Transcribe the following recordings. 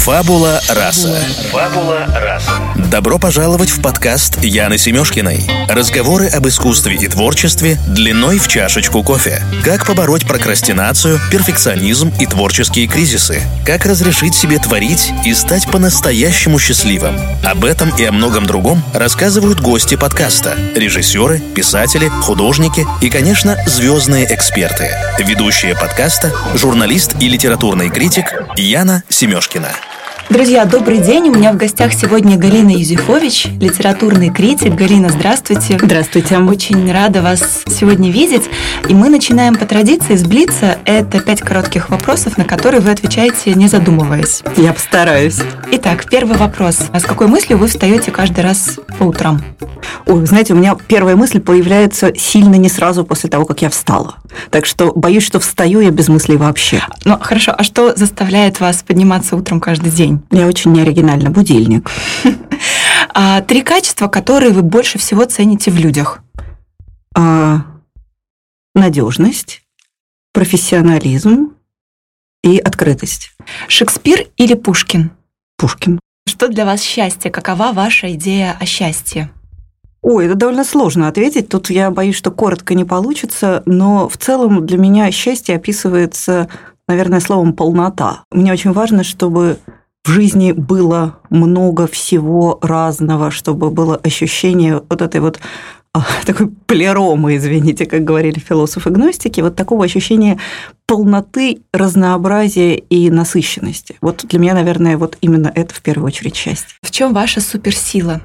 Фабула раса. Добро пожаловать в подкаст Яны Семёшкиной. Разговоры об искусстве и творчестве длиной в чашечку кофе. Как побороть прокрастинацию, перфекционизм и творческие кризисы. Как разрешить себе творить и стать по-настоящему счастливым. Об этом и о многом другом рассказывают гости подкаста. Режиссеры, писатели, художники и, конечно, звездные эксперты. Ведущая подкаста, журналист и литературный критик Яна Семёшкина. Друзья, добрый день. У меня в гостях сегодня Галина Юзефович, литературный критик. Галина, здравствуйте. Здравствуйте. Очень рада вас сегодня видеть. И мы начинаем по традиции с блица. Это 5 коротких вопросов, на которые вы отвечаете, не задумываясь. Я постараюсь. Итак, первый вопрос. А с какой мыслью вы встаете каждый раз по утрам? Ой, знаете, у меня первая мысль появляется сильно не сразу после того, как я встала. Так что боюсь, что встаю я без мыслей вообще. Ну, хорошо. А что заставляет вас подниматься утром каждый день? Я очень неоригинальна. Будильник. 3 качества, которые вы больше всего цените в людях? Надежность, профессионализм и открытость. Шекспир или Пушкин? Пушкин. Что для вас счастье? Какова ваша идея о счастье? Ой, это довольно сложно ответить. Тут я боюсь, что коротко не получится, но в целом для меня счастье описывается, наверное, словом «полнота». Мне очень важно, чтобы в жизни было много всего разного, чтобы было ощущение вот этой вот такой плеромы, извините, как говорили философы-гностики, вот такого ощущения полноты, разнообразия и насыщенности. Вот для меня, наверное, вот именно это в первую очередь счастье. В чем ваша суперсила?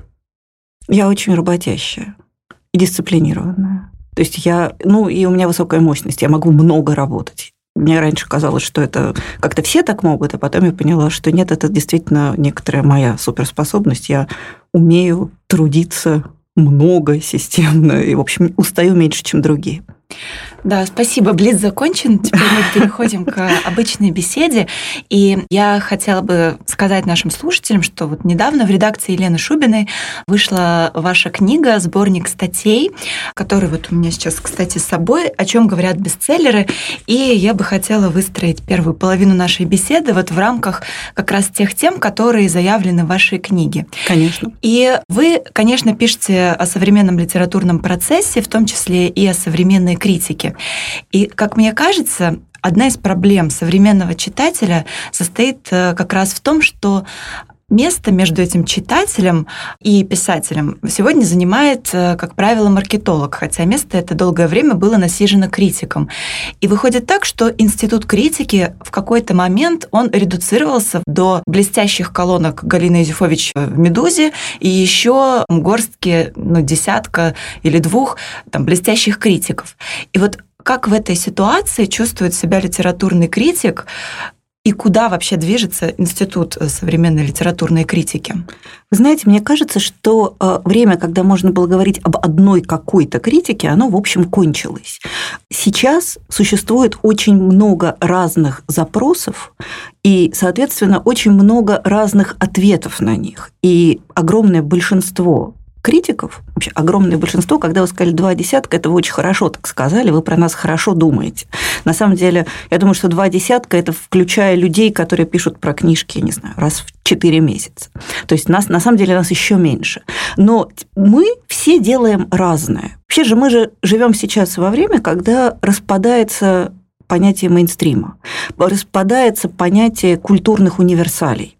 Я очень работящая и дисциплинированная. То есть и у меня высокая мощность, я могу много работать. Мне раньше казалось, что это как-то все так могут, а потом я поняла, что нет, это действительно некоторая моя суперспособность. Я умею трудиться много, системно, и, в общем, устаю меньше, чем другие. Да, спасибо. Блиц закончен. Теперь мы переходим к обычной беседе. И я хотела бы сказать нашим слушателям, что вот недавно в редакции Елены Шубиной вышла ваша книга, сборник статей, который вот у меня сейчас, кстати, с собой, о чем говорят бестселлеры. И я бы хотела выстроить первую половину нашей беседы вот в рамках как раз тех тем, которые заявлены в вашей книге. Конечно. И вы, конечно, пишете о современном литературном процессе, в том числе и о современной критике. И, как мне кажется, одна из проблем современного читателя состоит как раз в том, что место между этим читателем и писателем сегодня занимает, как правило, маркетолог, хотя место это долгое время было насижено критиком. И выходит так, что институт критики в какой-то момент он редуцировался до блестящих колонок Галины Юзефович в «Медузе» и еще горстки, десятка или 2 блестящих критиков. И вот как в этой ситуации чувствует себя литературный критик, и куда вообще движется институт современной литературной критики? Вы знаете, мне кажется, что время, когда можно было говорить об одной какой-то критике, оно, в общем, кончилось. Сейчас существует очень много разных запросов и, соответственно, очень много разных ответов на них. И огромное большинство критиков, вообще огромное большинство, когда вы сказали 2 десятка, это вы очень хорошо так сказали, вы про нас хорошо думаете. На самом деле, я думаю, что 2 десятка – это включая людей, которые пишут про книжки, не знаю, раз в 4 месяца. То есть на самом деле нас еще меньше. Но мы все делаем разное. Вообще же мы же живем сейчас во время, когда распадается понятие мейнстрима, распадается понятие культурных универсалей.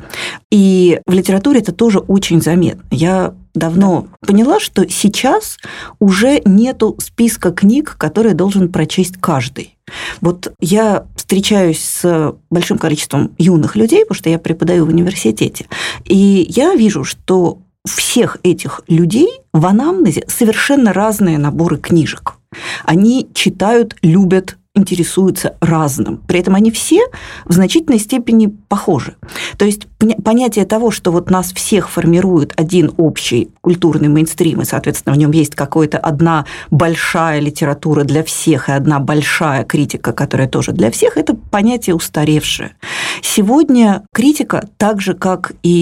И в литературе это тоже очень заметно. Я давно поняла, что сейчас уже нету списка книг, которые должен прочесть каждый. Вот я встречаюсь с большим количеством юных людей, потому что я преподаю в университете, и я вижу, что у всех этих людей в анамнезе совершенно разные наборы книжек. Они читают, любят, интересуются разным. При этом они все в значительной степени похожи. То есть понятие того, что вот нас всех формирует один общий культурный мейнстрим, и, соответственно, в нем есть какая-то одна большая литература для всех и одна большая критика, которая тоже для всех, это понятие устаревшее. Сегодня критика, так же, как и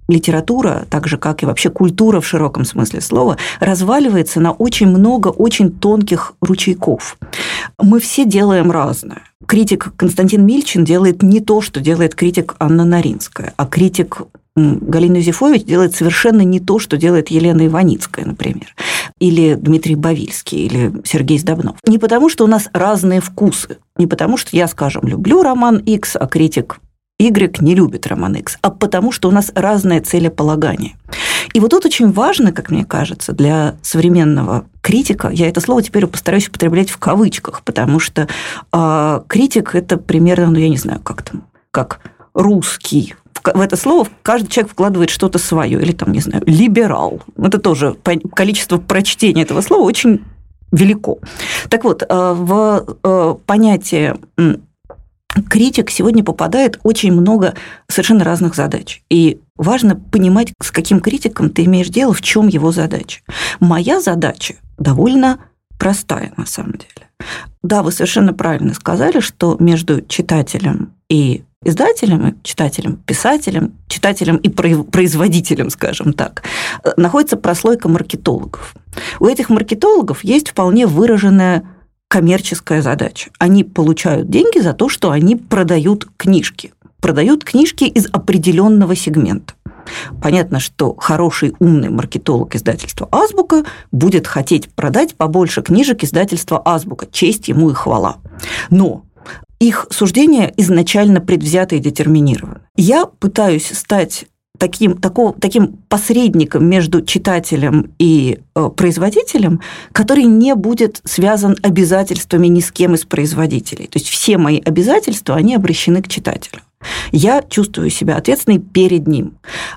литература, так же, как и вообще культура в широком смысле слова, разваливается на очень много очень тонких ручейков. Мы все делаем разное. Критик Константин Мильчин делает не то, что делает критик Анна Наринская, а критик Галина Юзефович делает совершенно не то, что делает Елена Иваницкая, например, или Дмитрий Бавильский, или Сергей Сдобнов. Не потому, что у нас разные вкусы, не потому, что я, скажем, люблю роман X, а критик Y не любит роман X, а потому, что у нас разное целеполагание. И вот тут очень важно, как мне кажется, для современного критика, я это слово теперь постараюсь употреблять в кавычках, потому что критик – это примерно, я не знаю, как русский. В это слово каждый человек вкладывает что-то свое, или там, не знаю, либерал. Это тоже количество прочтения этого слова очень велико. Так вот, в понятие критик сегодня попадает очень много совершенно разных задач. И важно понимать, с каким критиком ты имеешь дело, в чем его задача. Моя задача довольно простая на самом деле. Да, вы совершенно правильно сказали, что между читателем и издателем, читателем, писателем, читателем и производителем, скажем так, находится прослойка маркетологов. У этих маркетологов есть вполне выраженная коммерческая задача. Они получают деньги за то, что они продают книжки. Продают книжки из определенного сегмента. Понятно, что хороший, умный маркетолог издательства «Азбука» будет хотеть продать побольше книжек издательства «Азбука». Честь ему и хвала. Но их суждения изначально предвзяты и детерминированы. Я пытаюсь стать таким посредником между читателем и производителем, который не будет связан обязательствами ни с кем из производителей. То есть все мои обязательства, они обращены к читателю. Я чувствую себя ответственной перед ним.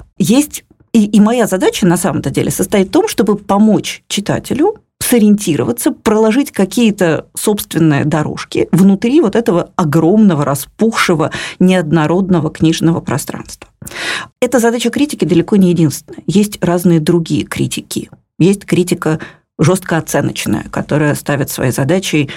И моя задача на самом-то деле состоит в том, чтобы помочь читателю сориентироваться, проложить какие-то собственные дорожки внутри вот этого огромного, распухшего, неоднородного книжного пространства. Эта задача критики далеко не единственная. Есть разные другие критики. Есть критика жестко оценочная, которая ставит своей задачей,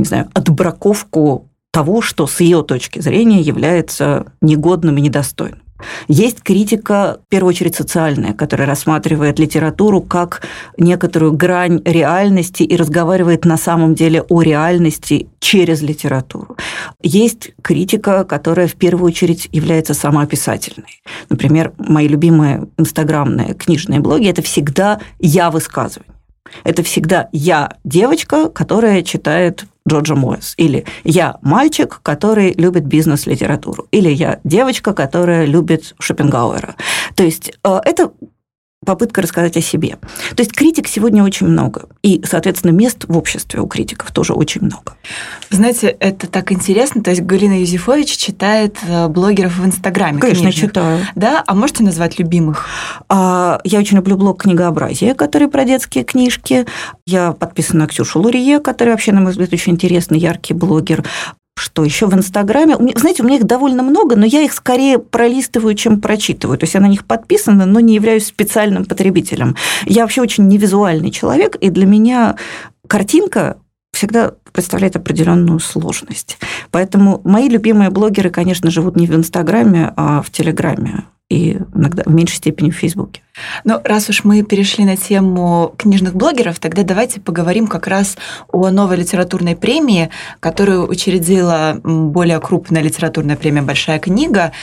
отбраковку того, что с ее точки зрения является негодным и недостойным. Есть критика, в первую очередь, социальная, которая рассматривает литературу как некоторую грань реальности и разговаривает на самом деле о реальности через литературу. Есть критика, которая в первую очередь является самоописательной. Например, мои любимые инстаграмные книжные блоги – это всегда я-высказывание. Это всегда я девочка, которая читает Джорджа Мойс, или я мальчик, который любит бизнес-литературу, или я девочка, которая любит Шопенгауэра. То есть это попытка рассказать о себе. То есть критик сегодня очень много, и, соответственно, мест в обществе у критиков тоже очень много. Вы знаете, это так интересно. То есть Галина Юзефович читает блогеров в Инстаграме. Конечно, читаю. Да? А можете назвать любимых? Я очень люблю блог «Книгообразие», который про детские книжки. Я подписана на Ксюшу Лурье, которая вообще, на мой взгляд, очень интересный, яркий блогер. Что еще в Инстаграме? Знаете, у меня их довольно много, но я их скорее пролистываю, чем прочитываю. То есть я на них подписана, но не являюсь специальным потребителем. Я вообще очень невизуальный человек, и для меня картинка всегда представляет определенную сложность. Поэтому мои любимые блогеры, конечно, живут не в Инстаграме, а в Телеграме. И иногда в меньшей степени в Фейсбуке. Ну, раз уж мы перешли на тему книжных блогеров, тогда давайте поговорим как раз о новой литературной премии, которую учредила более крупная литературная премия «Большая книга».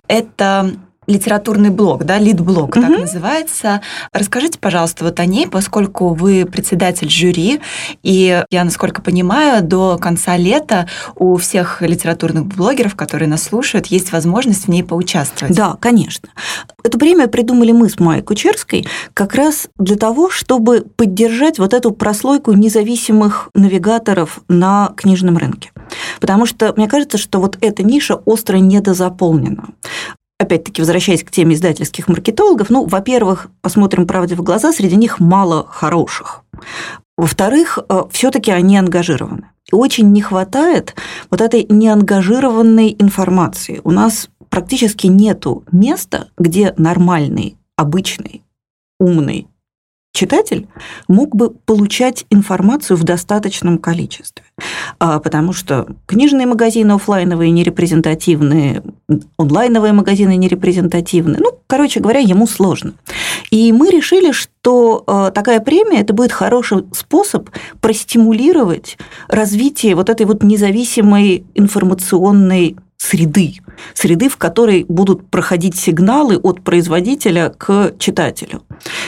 Это литературный блог, да, лид-блог, так называется. Расскажите, пожалуйста, вот о ней, поскольку вы председатель жюри, и я, насколько понимаю, до конца лета у всех литературных блогеров, которые нас слушают, есть возможность в ней поучаствовать. Да, конечно. Эту премию придумали мы с Майей Кучерской как раз для того, чтобы поддержать вот эту прослойку независимых навигаторов на книжном рынке. Потому что мне кажется, что вот эта ниша остро недозаполнена. Опять-таки, возвращаясь к теме издательских маркетологов, во-первых, посмотрим правде в глаза, среди них мало хороших. Во-вторых, все-таки они ангажированы. И очень не хватает вот этой неангажированной информации. У нас практически нету места, где нормальный, обычный, умный читатель мог бы получать информацию в достаточном количестве. Потому что книжные магазины офлайновые нерепрезентативные, онлайновые магазины нерепрезентативные. Короче говоря, ему сложно. И мы решили, что такая премия – это будет хороший способ простимулировать развитие вот этой вот независимой информационной среды, в которой будут проходить сигналы от производителя к читателю.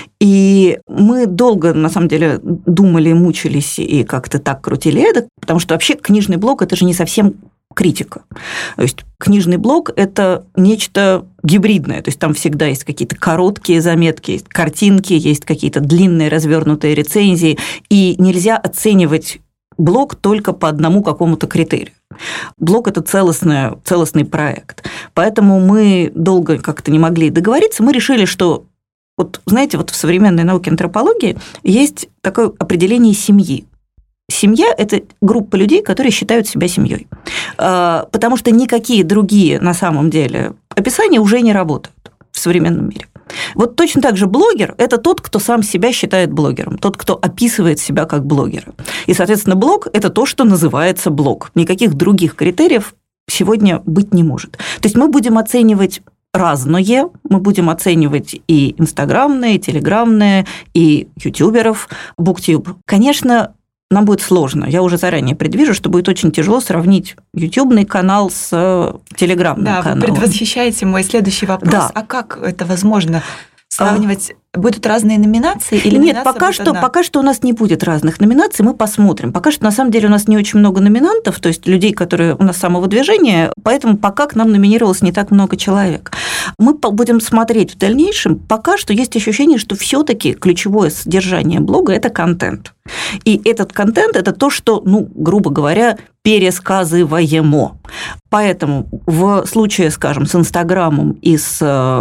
И мы долго, на самом деле, думали, мучились и как-то так крутили это, потому что вообще книжный блог – это же не совсем критика. То есть книжный блог – это нечто гибридное, то есть там всегда есть какие-то короткие заметки, есть картинки, есть какие-то длинные развернутые рецензии, и нельзя оценивать блог только по одному какому-то критерию. Блог – это целостный проект. Поэтому мы долго как-то не могли договориться. Мы решили, что, знаете, в современной науке антропологии есть такое определение семьи. Семья – это группа людей, которые считают себя семьей. Потому что никакие другие, на самом деле, описания уже не работают в современном мире. Точно так же блогер – это тот, кто сам себя считает блогером, тот, кто описывает себя как блогера. И, соответственно, блог – это то, что называется блог. Никаких других критериев сегодня быть не может. То есть мы будем оценивать разное, мы будем оценивать и инстаграмные, и телеграмные, и ютуберов, буктюб. Конечно, нам будет сложно. Я уже заранее предвижу, что будет очень тяжело сравнить ютубный канал с телеграмным каналом. Да, вы предвосхищаете мой следующий вопрос. Да. А как это возможно сравнивать? Будут разные номинации или Нет, пока что у нас не будет разных номинаций, мы посмотрим. Пока что, на самом деле, у нас не очень много номинантов, то есть людей, которые у нас самовыдвижение, поэтому пока к нам номинировалось не так много человек. Мы будем смотреть в дальнейшем. Пока что есть ощущение, что все-таки ключевое содержание блога – это контент. И этот контент – это то, что, грубо говоря, пересказываемо. Поэтому в случае, скажем, с Инстаграмом и с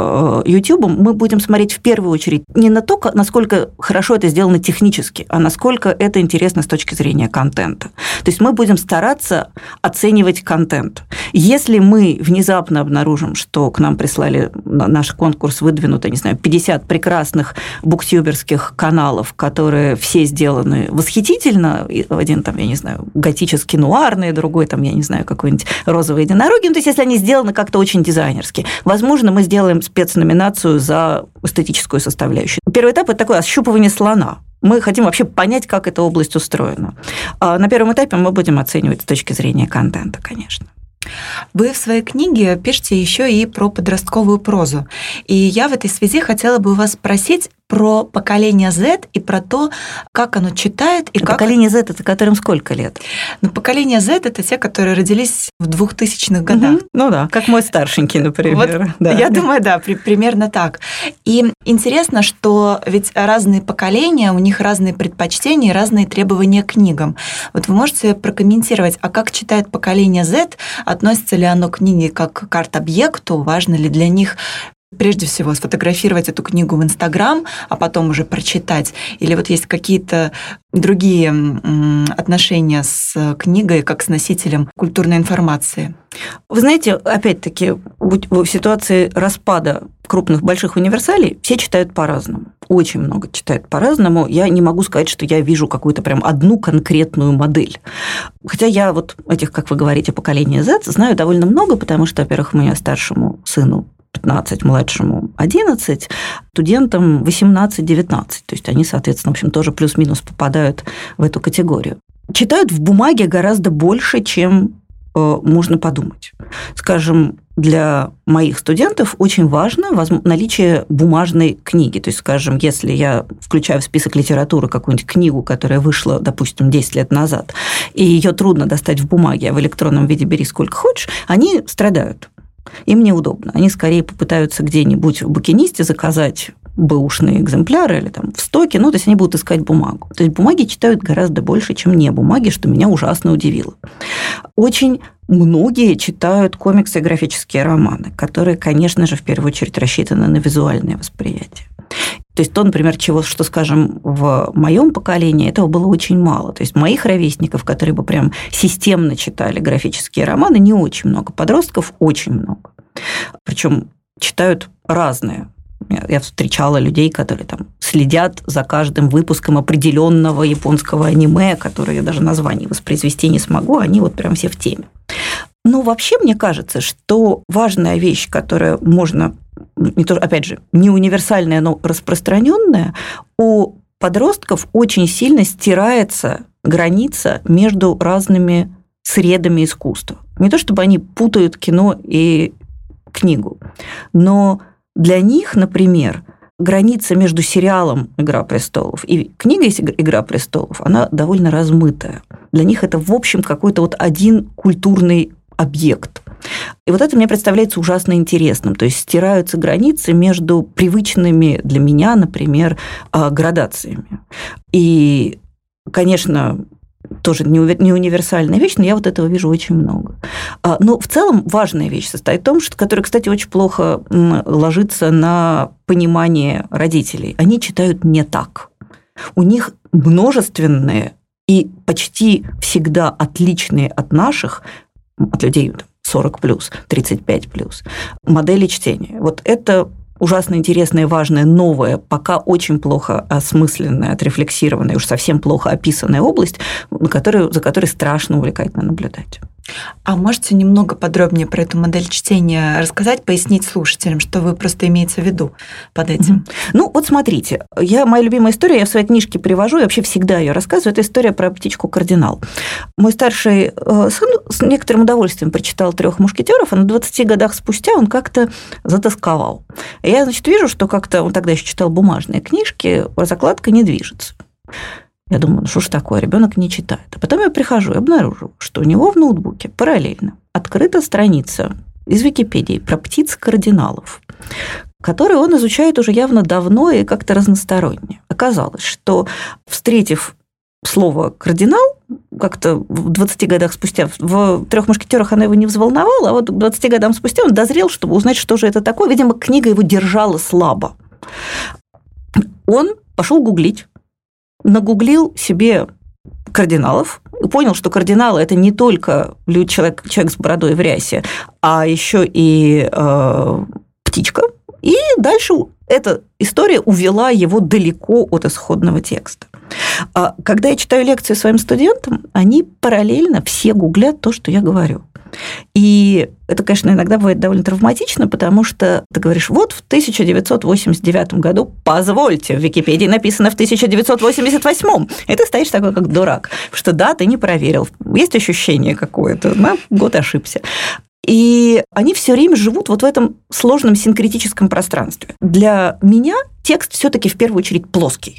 Ютубом мы будем смотреть в первую очередь не на то, насколько хорошо это сделано технически, а насколько это интересно с точки зрения контента. То есть мы будем стараться оценивать контент. Если мы внезапно обнаружим, что к нам прислали наш конкурс, выдвинут, 50 прекрасных буктюберских каналов, которые все сделаны восхитительно, один готический нуарный, другой какой-нибудь розовый единороги, то есть если они сделаны как-то очень дизайнерски, возможно, мы сделаем спецноминацию за эстетическую составляющую. Первый этап – это такое ощупывание слона. Мы хотим вообще понять, как эта область устроена. На первом этапе мы будем оценивать с точки зрения контента, конечно. Вы в своей книге пишете еще и про подростковую прозу. И я в этой связи хотела бы у вас спросить про поколение Z и про то, как оно читает. И поколение Z – это которым сколько лет? Поколение Z – это те, которые родились в 2000-х годах. Как мой старшенький, например. Я думаю, примерно так. И интересно, что ведь разные поколения, у них разные предпочтения и разные требования к книгам. Вы можете прокомментировать, а как читает поколение Z? Относится ли оно к книге как к арт-объекту? Важно ли для них прежде всего сфотографировать эту книгу в Инстаграм, а потом уже прочитать? Или есть какие-то другие отношения с книгой, как с носителем культурной информации? Вы знаете, опять-таки, в ситуации распада крупных больших универсалей все читают по-разному. Очень много читают по-разному. Я не могу сказать, что я вижу какую-то прям одну конкретную модель. Хотя я этих, как вы говорите, поколения Z знаю довольно много, потому что, во-первых, у меня старшему сыну 15, младшему 11, студентам 18-19. То есть они, соответственно, в общем, тоже плюс-минус попадают в эту категорию. Читают в бумаге гораздо больше, чем можно подумать. Скажем, для моих студентов очень важно наличие бумажной книги. То есть, скажем, если я включаю в список литературы какую-нибудь книгу, которая вышла, допустим, 10 лет назад, и ее трудно достать в бумаге, а в электронном виде бери сколько хочешь, они страдают. Им неудобно. Они скорее попытаются где-нибудь в букинисте заказать бэушные экземпляры или в стоке, то есть они будут искать бумагу. То есть бумаги читают гораздо больше, чем не бумаги, что меня ужасно удивило. Очень многие читают комиксы и графические романы, которые, конечно же, в первую очередь рассчитаны на визуальное восприятие. То есть то, например, что, скажем, в моем поколении этого было очень мало. То есть моих ровесников, которые бы прям системно читали графические романы, не очень много. Подростков очень много. Причем читают разные. Я встречала людей, которые там следят за каждым выпуском определенного японского аниме, которое я даже название воспроизвести не смогу, они вот прям все в теме. Но вообще мне кажется, что важная вещь, которая можно, опять же, не универсальная, но распространенная, у подростков очень сильно стирается граница между разными средами искусства. Не то чтобы они путают кино и книгу, но для них, например, граница между сериалом «Игра престолов» и книгой «Игра престолов», она довольно размытая. Для них это, в общем, какой-то вот один культурный объект. И вот это мне представляется ужасно интересным. То есть стираются границы между привычными для меня, например, градациями. И, конечно, тоже не универсальная вещь, но я вот этого вижу очень много. Но в целом важная вещь состоит в том, которая, кстати, очень плохо ложится на понимание родителей. Они читают не так. У них множественные и почти всегда отличные от наших, от людей 40+, 35+, модели чтения. Вот это ужасно интересная, важная, новая, пока очень плохо осмысленная, отрефлексированная, уж совсем плохо описанная область, за которой страшно увлекательно наблюдать. А можете немного подробнее про эту модель чтения рассказать, пояснить слушателям, что вы просто имеете в виду под этим? Ну, вот смотрите, моя любимая история, я в своей книжке привожу, и вообще всегда ее рассказываю, это история про птичку-кардинал. Мой старший сын с некоторым удовольствием прочитал «Трех мушкетеров», а на 20 годах спустя он как-то затасковал. Я, значит, вижу, что как-то он тогда еще читал бумажные книжки, закладка не движется. Я думаю, ну что ж такое, ребенок не читает. А потом я прихожу и обнаруживаю, что у него в ноутбуке параллельно открыта страница из Википедии про птиц-кардиналов, которые он изучает уже явно давно и как-то разносторонне. Оказалось, что, встретив слово «кардинал», как-то в 20 годах спустя, в «Трех мушкетерах» она его не взволновала, а вот к 20 годам спустя он дозрел, чтобы узнать, что же это такое. Видимо, книга его держала слабо. Он пошел гуглить, нагуглил себе кардиналов и понял, что кардиналы – это не только человек с бородой в рясе, а еще и птичка. И дальше эта история увела его далеко от исходного текста. Когда я читаю лекции своим студентам, они параллельно все гуглят то, что я говорю. И это, конечно, иногда бывает довольно травматично, потому что ты говоришь, вот в 1989 году, позвольте, в Википедии написано в 1988, и ты стоишь такой, как дурак, потому что да, ты не проверил, есть ощущение какое-то, год ошибся. И они все время живут вот в этом сложном синкретическом пространстве. Для меня текст все-таки в первую очередь плоский.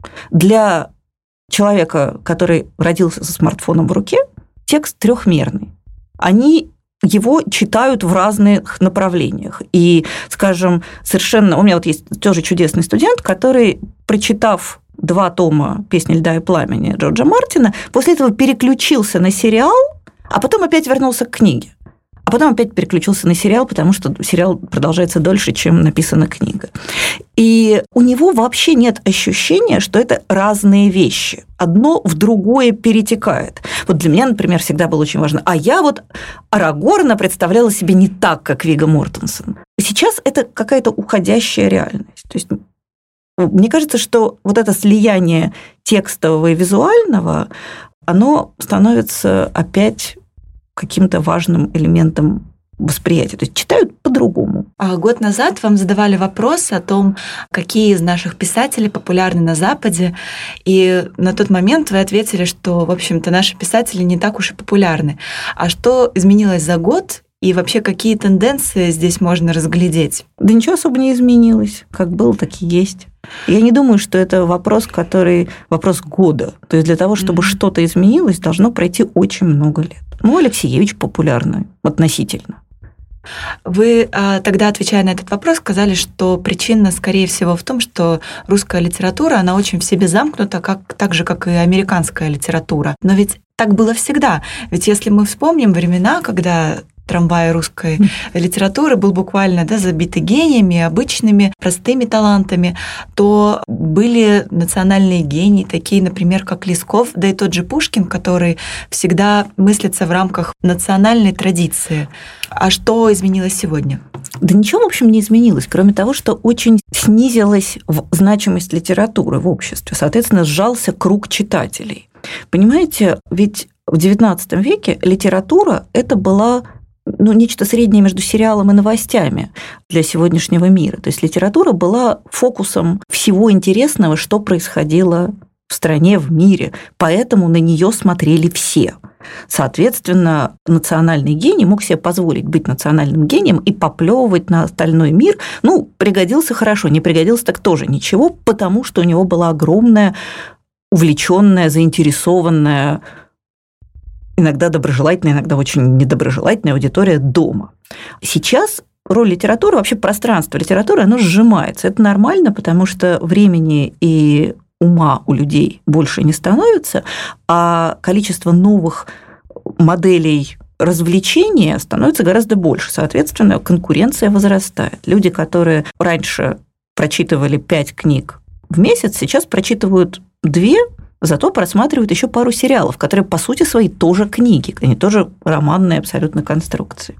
Для человека, который родился со смартфоном в руке, текст трехмерный. Они его читают в разных направлениях. И, скажем, совершенно... У меня вот есть тоже чудесный студент, который, прочитав 2 тома «Песни льда и пламени» Джорджа Мартина, после этого переключился на сериал, а потом опять вернулся к книге. А потом опять переключился на сериал, потому что сериал продолжается дольше, чем написана книга. И у него вообще нет ощущения, что это разные вещи. Одно в другое перетекает. Вот для меня, например, всегда было очень важно. А я вот Арагорна представляла себе не так, как Вигго Мортенсен. Сейчас это какая-то уходящая реальность. То есть мне кажется, что вот это слияние текстового и визуального, оно становится опять каким-то важным элементом восприятия. То есть читают по-другому. А год назад вам задавали вопрос о том, какие из наших писателей популярны на Западе, и на тот момент вы ответили, что, в общем-то, наши писатели не так уж и популярны. А что изменилось за год, и вообще какие тенденции здесь можно разглядеть? Да ничего особо не изменилось. Как было, так и есть. Я не думаю, что это вопрос года. То есть для того, чтобы что-то изменилось, должно пройти очень много лет. Алексеевич популярный относительно. Вы тогда, отвечая на этот вопрос, сказали, что причина, скорее всего, в том, что русская литература, она очень в себе замкнута, так же, как и американская литература. Но ведь так было всегда. Ведь если мы вспомним времена, когда трамвай русской литературы был буквально забитый гениями, обычными, простыми талантами, то были национальные гении, такие, например, как Лесков, да и тот же Пушкин, который всегда мыслится в рамках национальной традиции. А что изменилось сегодня? Да ничего, в общем, не изменилось, кроме того, что очень снизилась значимость литературы в обществе. Соответственно, сжался круг читателей. Понимаете, ведь в XIX веке литература – это была нечто среднее между сериалом и новостями для сегодняшнего мира. То есть литература была фокусом всего интересного, что происходило в стране, в мире. Поэтому на нее смотрели все. Соответственно, национальный гений мог себе позволить быть национальным гением и поплевывать на остальной мир. Пригодился хорошо, не пригодился так тоже ничего, потому что у него была огромная, увлеченная, заинтересованная, иногда доброжелательная, иногда очень недоброжелательная аудитория дома. Сейчас роль литературы, вообще пространство литературы, оно сжимается. Это нормально, потому что времени и ума у людей больше не становится, а количество новых моделей развлечения становится гораздо больше. Соответственно, конкуренция возрастает. Люди, которые раньше прочитывали 5 книг в месяц, сейчас прочитывают 2, зато просматривают еще пару сериалов, которые, по сути своей, тоже книги, они тоже романные абсолютно конструкции.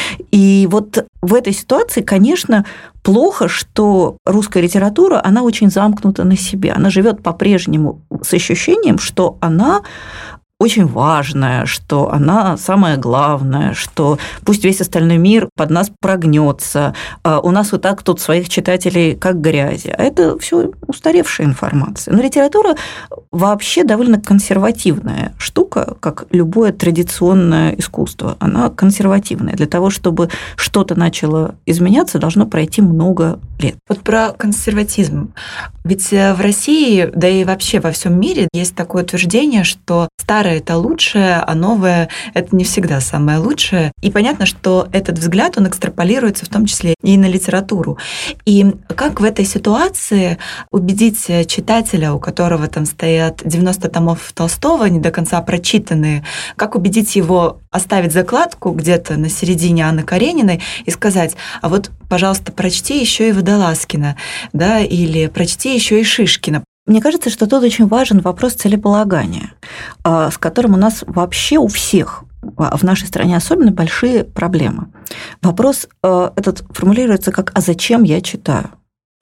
И вот в этой ситуации, конечно, плохо, что русская литература, она очень замкнута на себе. Она живет по-прежнему с ощущением, что она очень важная, что она самая главная, что пусть весь остальной мир под нас прогнется, у нас вот так тут своих читателей как грязи. А это все устаревшая информация. Но литература вообще довольно консервативная штука, как любое традиционное искусство. Она консервативная. Для того, чтобы что-то начало изменяться, должно пройти много лет. Вот про консерватизм. Ведь в России, да и вообще во всем мире есть такое утверждение, что старое – это лучшее, а новое – это не всегда самое лучшее. И понятно, что этот взгляд, он экстраполируется в том числе и на литературу. И как в этой ситуации убедить читателя, у которого там стоят 90 томов Толстого, не до конца прочитанные, как убедить его оставить закладку где-то на середине Анны Карениной и сказать: а вот, пожалуйста, прочти еще и Водолазкина, или прочти еще и Шишкина. Мне кажется, что тут очень важен вопрос целеполагания, с которым у нас вообще у всех, в нашей стране особенно, большие проблемы. Вопрос этот формулируется как «а зачем я читаю?».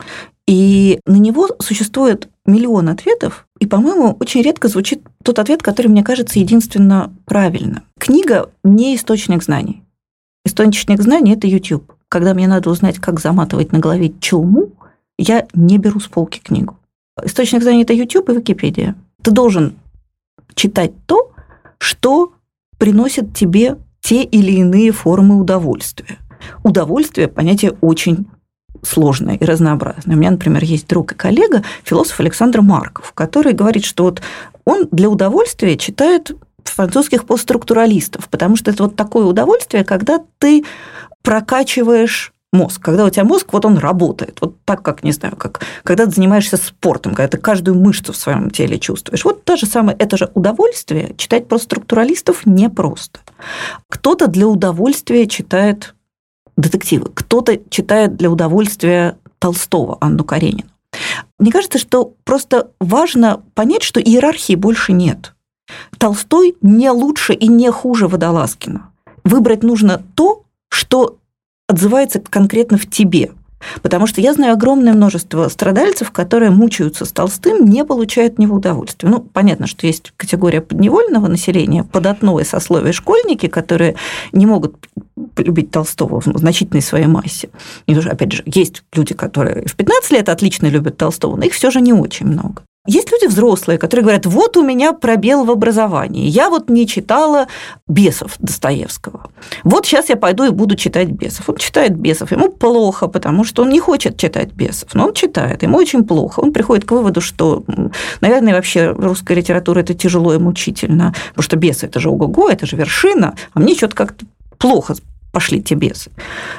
И на него существует миллион ответов, и, по-моему, очень редко звучит тот ответ, который, мне кажется, единственно правильным. Книга не источник знаний. Источник знаний – это YouTube. Когда мне надо узнать, как заматывать на голове челму, я не беру с полки книгу. Источник знаний – это YouTube и Википедия. Ты должен читать то, что приносит тебе те или иные формы удовольствия. Удовольствие – понятие очень сложное и разнообразное. У меня, например, есть друг и коллега, философ Александр Марков, который говорит, что вот он для удовольствия читает французских постструктуралистов, потому что это вот такое удовольствие, когда ты прокачиваешь мозг, когда у тебя мозг, вот он работает, вот так, как, не знаю, как когда ты занимаешься спортом, когда ты каждую мышцу в своем теле чувствуешь. Вот то же самое, это же удовольствие читать постструктуралистов непросто. Кто-то для удовольствия читает детективы, кто-то читает для удовольствия Толстого, Анну Каренину. Мне кажется, что просто важно понять, что иерархии больше нет. Толстой не лучше и не хуже Водолазкина. Выбрать нужно то, что отзывается конкретно в тебе. Потому что я знаю огромное множество страдальцев, которые мучаются с Толстым, не получают от него удовольствия. Понятно, что есть категория подневольного населения, податное сословие школьники, которые не могут любить Толстого в значительной своей массе. И тоже, опять же, есть люди, которые в 15 лет отлично любят Толстого, но их все же не очень много. Есть люди взрослые, которые говорят: вот у меня пробел в образовании, я вот не читала «Бесов» Достоевского. Вот сейчас я пойду и буду читать «Бесов». Он читает «Бесов», ему плохо, потому что он не хочет читать «Бесов», но он читает, ему очень плохо. Он приходит к выводу, что, наверное, вообще русская литература – это тяжело и мучительно, потому что «Бесы» – это же ого-го, это же вершина, а мне что-то как-то плохо, пошли те бесы.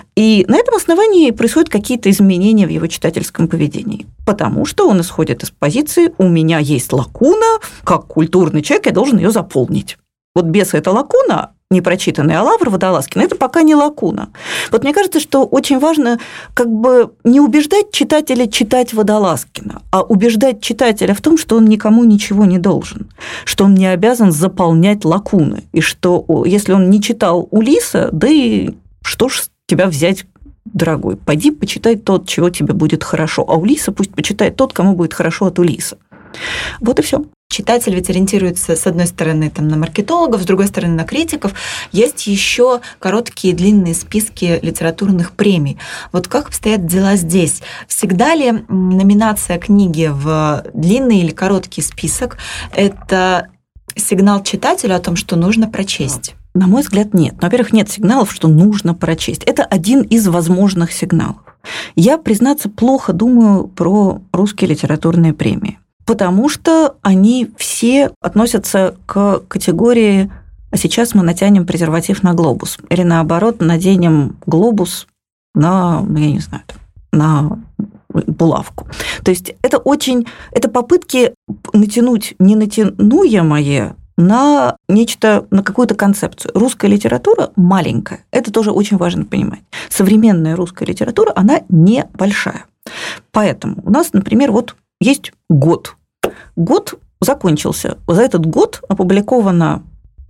И на этом основании происходят какие-то изменения в его читательском поведении, потому что он исходит из позиции «у меня есть лакуна, как культурный человек я должен ее заполнить». Вот «Бесы» – это лакуна, непрочитанный, а Лавр Водолазкина – это пока не лакуна. Вот мне кажется, что очень важно как бы не убеждать читателя читать Водолазкина, а убеждать читателя в том, что он никому ничего не должен, что он не обязан заполнять лакуны, и что если он не читал Улисса, да и что ж с тебя взять, дорогой, пойди почитай тот, чего тебе будет хорошо, а Улисса пусть почитает тот, кому будет хорошо от Улисса. Вот и все. Читатель ведь ориентируется, с одной стороны, там, на маркетологов, с другой стороны, на критиков. Есть еще короткие, длинные списки литературных премий. Вот как обстоят дела здесь? Всегда ли номинация книги в длинный или короткий список – это сигнал читателю о том, что нужно прочесть? На мой взгляд, нет. Во-первых, нет сигналов, что нужно прочесть. Это один из возможных сигналов. Я, признаться, плохо думаю про русские литературные премии. Потому что они все относятся к категории «а сейчас мы натянем презерватив на глобус» или, наоборот, наденем глобус на, я не знаю, на булавку. То есть это попытки натянуть ненатянуемое на нечто, на какую-то концепцию. Русская литература маленькая, это тоже очень важно понимать. Современная русская литература, она небольшая. Поэтому у нас, например, вот есть год. Год закончился. За этот год опубликовано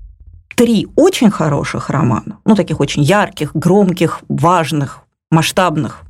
3 очень хороших романа, ну, таких очень ярких, громких, важных, масштабных,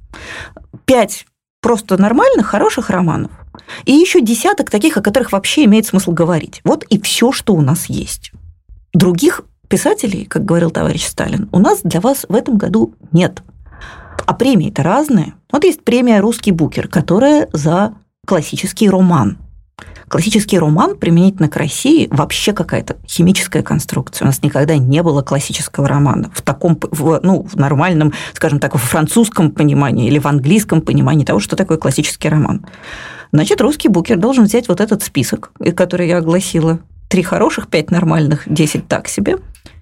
5 просто нормальных, хороших романов, и еще десяток таких, о которых вообще имеет смысл говорить. Вот и все, что у нас есть. Других писателей, как говорил товарищ Сталин, у нас для вас в этом году нет. А премии-то разные. Вот есть премия «Русский букер», которая за классический роман. Классический роман применительно к России вообще какая-то химическая конструкция. У нас никогда не было классического романа в таком, в нормальном, скажем так, в французском понимании или в английском понимании того, что такое классический роман. Значит, «Русский букер» должен взять вот этот список, который я огласила. 3 хороших, 5 нормальных, 10 так себе.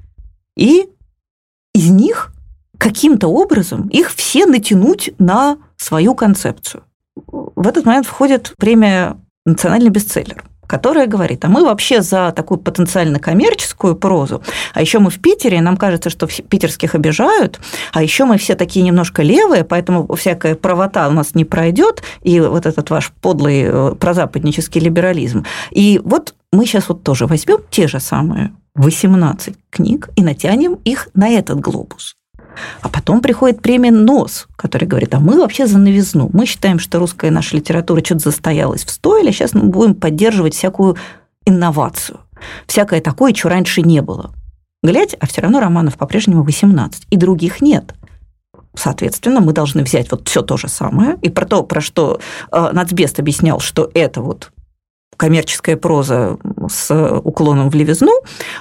И из них каким-то образом их все натянуть на свою концепцию. В этот момент входит премия «Национальный бестселлер», которая говорит, а мы вообще за такую потенциально коммерческую прозу, а еще мы в Питере, нам кажется, что питерских обижают, а еще мы все такие немножко левые, поэтому всякая правота у нас не пройдет, и вот этот ваш подлый прозападнический либерализм. И вот мы сейчас вот тоже возьмем те же самые 18 книг и натянем их на этот глобус. А потом приходит премия «НОС», которая говорит, а мы вообще за новизну. Мы считаем, что русская наша литература что-то застоялась в стойле, а сейчас мы будем поддерживать всякую инновацию, всякое такое, чего раньше не было. Глядь, а все равно романов по-прежнему 18, и других нет. Соответственно, мы должны взять вот все то же самое, и про то, про что Нацбест объяснял, что это вот коммерческая проза с уклоном в левизну,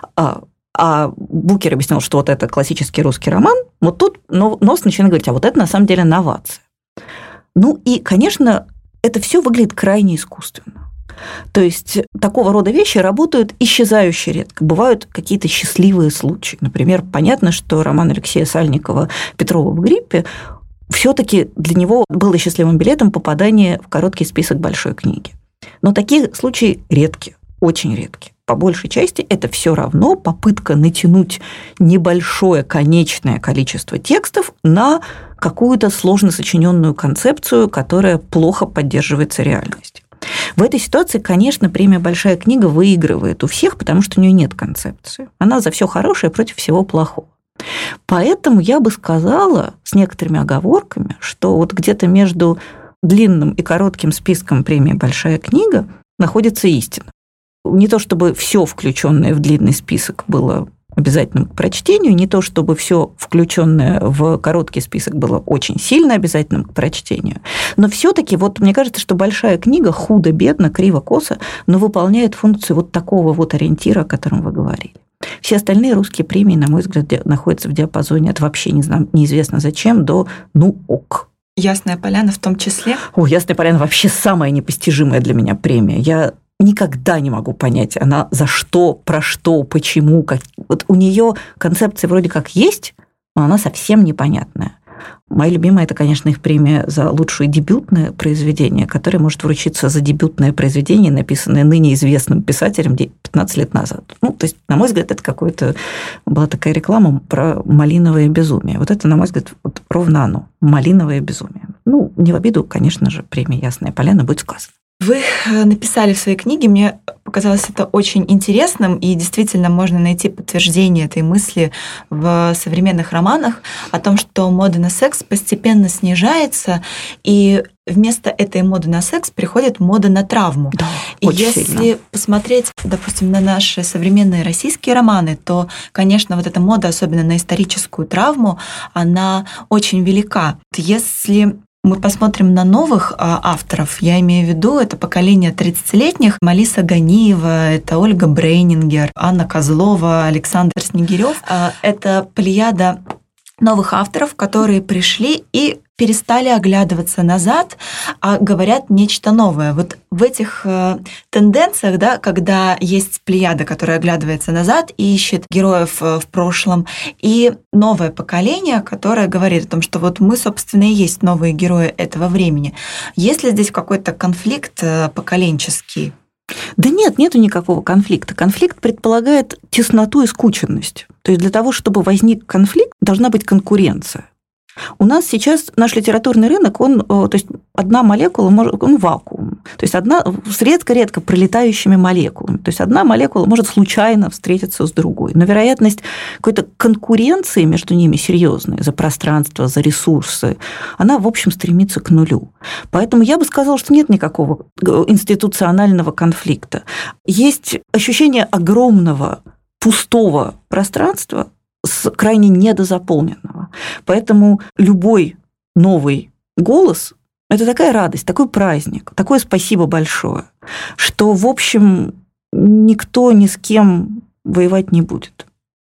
а Букер объяснял, что вот это классический русский роман, вот тут НОС начинает говорить, а вот это на самом деле новация. Ну и, конечно, это все выглядит крайне искусственно. То есть такого рода вещи работают исчезающе редко. Бывают какие-то счастливые случаи. Например, понятно, что роман Алексея Сальникова «Петрова в гриппе» все-таки для него было счастливым билетом попадание в короткий список большой книги. Но такие случаи редки, очень редки. По большей части это все равно попытка натянуть небольшое конечное количество текстов на какую-то сложно сочиненную концепцию, которая плохо поддерживается реальностью. В этой ситуации, конечно, премия «Большая книга» выигрывает у всех, потому что у нее нет концепции. Она за все хорошее против всего плохого. Поэтому я бы сказала с некоторыми оговорками, что вот где-то между длинным и коротким списком премии «Большая книга» находится истина. Не то чтобы все включенное в длинный список было обязательным к прочтению, не то чтобы все включенное в короткий список было очень сильно обязательным к прочтению, но все-таки вот мне кажется, что «Большая книга» худо-бедно, криво-косо, но выполняет функцию вот такого вот ориентира, о котором вы говорили. Все остальные русские премии, на мой взгляд, находятся в диапазоне от вообще не знаю, неизвестно зачем до «ну ок». «Ясная поляна» в том числе? «Ясная поляна» вообще самая непостижимая для меня премия. Я никогда не могу понять, она за что, про что, почему. Вот у нее концепция вроде как есть, но она совсем непонятная. Моя любимая – это, конечно, их премия за лучшее дебютное произведение, которое может вручиться за дебютное произведение, написанное ныне известным писателем 15 лет назад. То есть, на мой взгляд, это какое-то... Была такая реклама про малиновое безумие. Вот это, на мой взгляд, вот ровно оно. Малиновое безумие. Не в обиду, конечно же, премия «Ясная поляна» будет сказано. Вы написали в своей книге, мне показалось это очень интересным, и действительно можно найти подтверждение этой мысли в современных романах о том, что мода на секс постепенно снижается, и вместо этой моды на секс приходит мода на травму. Да, и если сильно посмотреть, допустим, на наши современные российские романы, то, конечно, вот эта мода, особенно на историческую травму, она очень велика. Если мы посмотрим на новых авторов, я имею в виду, это поколение 30-летних, Малиса Ганиева, это Ольга Брейнингер, Анна Козлова, Александр Снегирёв. Это плеяда новых авторов, которые пришли и перестали оглядываться назад, а говорят нечто новое. Вот в этих тенденциях, да, когда есть плеяда, которая оглядывается назад и ищет героев в прошлом, и новое поколение, которое говорит о том, что вот мы, собственно, и есть новые герои этого времени. Есть ли здесь какой-то конфликт поколенческий? Да нет, нету никакого конфликта. Конфликт предполагает тесноту и скученность. То есть для того, чтобы возник конфликт, должна быть конкуренция. У нас сейчас наш литературный рынок, то есть одна молекула, он вакуум. То есть одна с редко-редко пролетающими молекулами. То есть одна молекула может случайно встретиться с другой. Но вероятность какой-то конкуренции между ними серьезной за пространство, за ресурсы, она, в общем, стремится к нулю. Поэтому я бы сказала, что нет никакого институционального конфликта. Есть ощущение огромного пустого пространства, крайне недозаполненного. Поэтому любой новый голос – это такая радость, такой праздник, такое спасибо большое, что, в общем, никто ни с кем воевать не будет.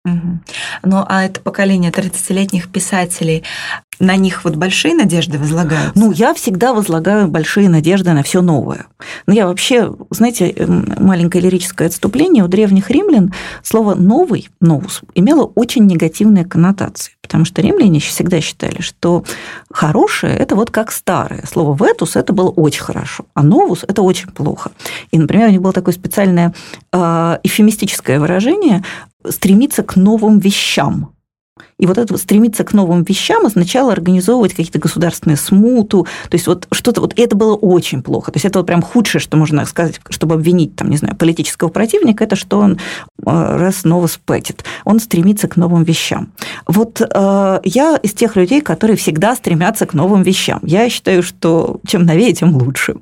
Ну, а это поколение 30-летних писателей, на них вот большие надежды возлагаются? Я всегда возлагаю большие надежды на все новое. Я вообще, знаете, маленькое лирическое отступление. У древних римлян слово «новый», «новус», имело очень негативные коннотации, потому что римляне всегда считали, что хорошее – это вот как старое. Слово «ветус» – это было очень хорошо, а «новус» – это очень плохо. И, например, у них было такое специальное эвфемистическое выражение «стремиться к новым вещам». И вот это стремиться к новым вещам означало организовывать какие-то государственные смуту. То есть вот что-то, вот это было очень плохо. То есть это вот прям худшее, что можно сказать, чтобы обвинить, там, не знаю, политического противника, это что он раз новус пэтит. Он стремится к новым вещам. Вот я из тех людей, которые всегда стремятся к новым вещам. Я считаю, что чем новее, тем лучше.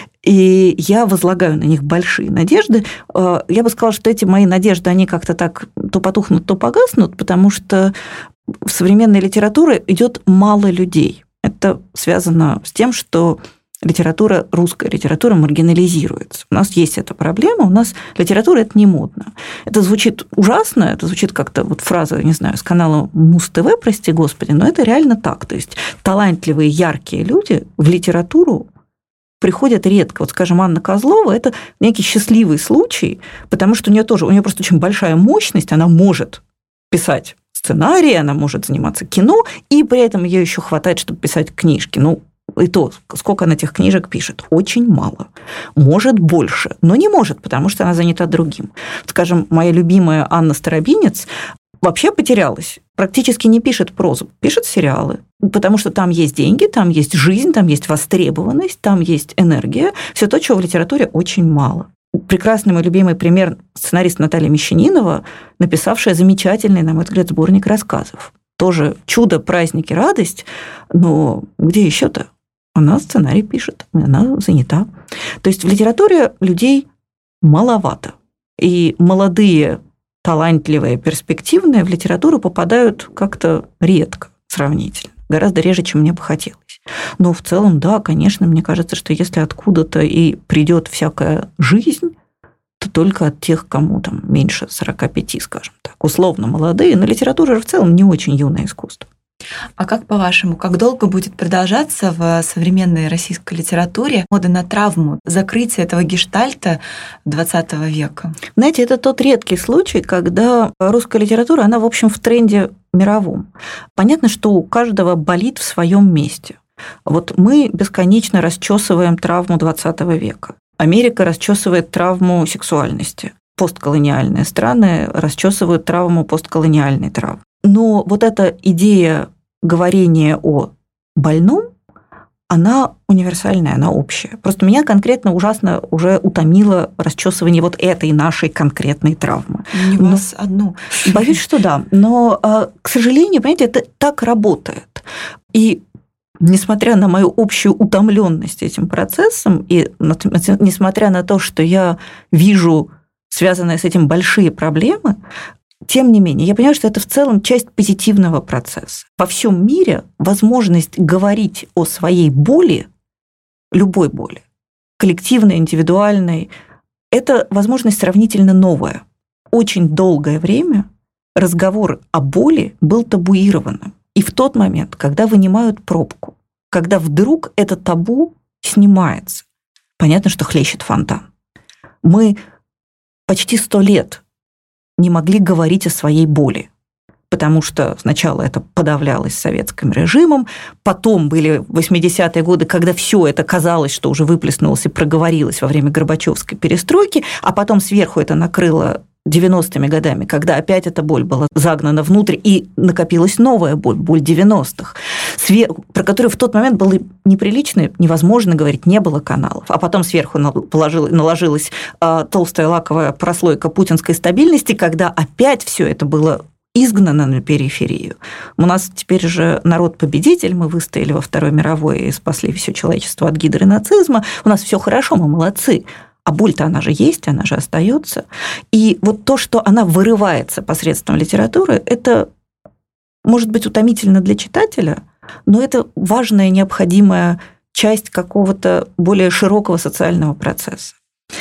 И я возлагаю на них большие надежды. Я бы сказала, что эти мои надежды, они как-то так то потухнут, то погаснут, потому что в современной литературе идет мало людей. Это связано с тем, что литература, русская литература маргинализируется. У нас есть эта проблема, у нас литература – это не модно. Это звучит ужасно, это звучит как-то вот фраза, не знаю, с канала Муз-ТВ, прости господи, но это реально так. То есть талантливые, яркие люди в литературу приходят редко. Вот, скажем, Анна Козлова – это некий счастливый случай, потому что у нее просто очень большая мощность, она может писать сценарии, она может заниматься кино, и при этом ее еще хватает, чтобы писать книжки. И то, сколько она этих книжек пишет? Очень мало. Может больше, но не может, потому что она занята другим. Скажем, моя любимая Анна Старобинец вообще потерялась. Практически не пишет прозу, пишет сериалы. Потому что там есть деньги, там есть жизнь, там есть востребованность, там есть энергия. Все то, чего в литературе очень мало. Прекрасный мой любимый пример – сценарист Наталья Мещанинова, написавшая замечательный, на мой взгляд, сборник рассказов. Тоже чудо, праздник и радость, но где еще-то? Она сценарий пишет, она занята. То есть в литературе людей маловато. И молодые, талантливые, перспективные в литературу попадают как-то редко сравнительно. Гораздо реже, чем мне бы хотелось. Но в целом, да, конечно, мне кажется, что если откуда-то и придет всякая жизнь, то только от тех, кому там меньше 45, скажем так, условно молодые. Но литература в целом не очень юное искусство. А как по-вашему, как долго будет продолжаться в современной российской литературе мода на травму, закрытие этого гештальта XX века? Знаете, это тот редкий случай, когда русская литература, она, в общем, в тренде мировом. Понятно, что у каждого болит в своем месте. Вот мы бесконечно расчесываем травму XX века. Америка расчесывает травму сексуальности. Постколониальные страны расчесывают травму постколониальной травмы. Но вот эта идея говорения о больном, она универсальная, она общая. Просто меня конкретно ужасно уже утомило расчесывание вот этой нашей конкретной травмы. Не вас одну. Боюсь, что да. Но, к сожалению, понимаете, это так работает. И несмотря на мою общую утомленность этим процессом, и несмотря на то, что я вижу связанные с этим большие проблемы, тем не менее, я понимаю, что это в целом часть позитивного процесса. Во всем мире возможность говорить о своей боли, любой боли, коллективной, индивидуальной, это возможность сравнительно новая. Очень долгое время разговор о боли был табуированным. И в тот момент, когда вынимают пробку, когда вдруг это табу снимается, понятно, что хлещет фонтан. Мы почти 100 лет не могли говорить о своей боли, потому что сначала это подавлялось советским режимом, потом были 80-е годы, когда все это казалось, что уже выплеснулось и проговорилось во время Горбачевской перестройки, а потом сверху это накрыло 90-ми годами, когда опять эта боль была загнана внутрь, и накопилась новая боль, боль 90-х, про которую в тот момент было неприлично, невозможно говорить, не было каналов. А потом сверху наложилась толстая лаковая прослойка путинской стабильности, когда опять все это было изгнано на периферию. У нас теперь же народ-победитель, мы выстояли во Второй мировой и спасли все человечество от гидры нацизма, у нас все хорошо, мы молодцы. А боль-то она же есть, она же остается. И вот то, что она вырывается посредством литературы, это может быть утомительно для читателя, но это важная, необходимая часть какого-то более широкого социального процесса.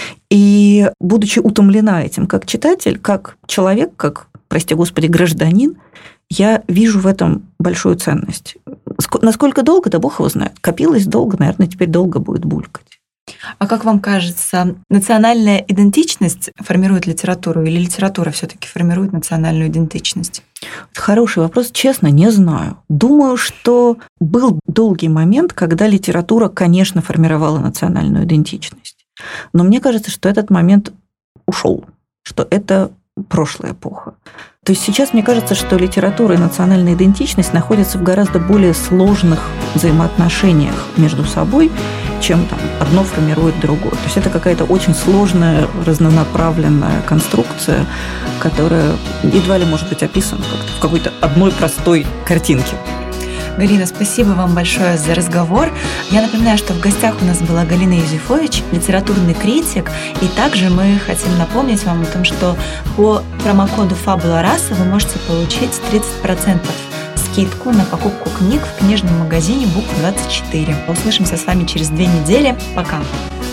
И будучи утомлена этим как читатель, как человек, как, прости господи, гражданин, я вижу в этом большую ценность. Насколько долго, да бог его знает. Копилось долго, наверное, теперь долго будет булькать. А как вам кажется, национальная идентичность формирует литературу или литература все-таки формирует национальную идентичность? Это хороший вопрос, честно, не знаю. Думаю, что был долгий момент, когда литература, конечно, формировала национальную идентичность. Но мне кажется, что этот момент ушел, что это прошлая эпоха. То есть сейчас мне кажется, что литература и национальная идентичность находятся в гораздо более сложных взаимоотношениях между собой, чем там одно формирует другое. То есть это какая-то очень сложная, разнонаправленная конструкция, которая едва ли может быть описана как-то в какой-то одной простой картинке. Галина, спасибо вам большое за разговор. Я напоминаю, что в гостях у нас была Галина Юзефович, литературный критик. И также мы хотим напомнить вам о том, что по промокоду «Фабула Раса» вы можете получить 30% скидку на покупку книг в книжном магазине «Бук24». Услышимся с вами через 2 недели. Пока!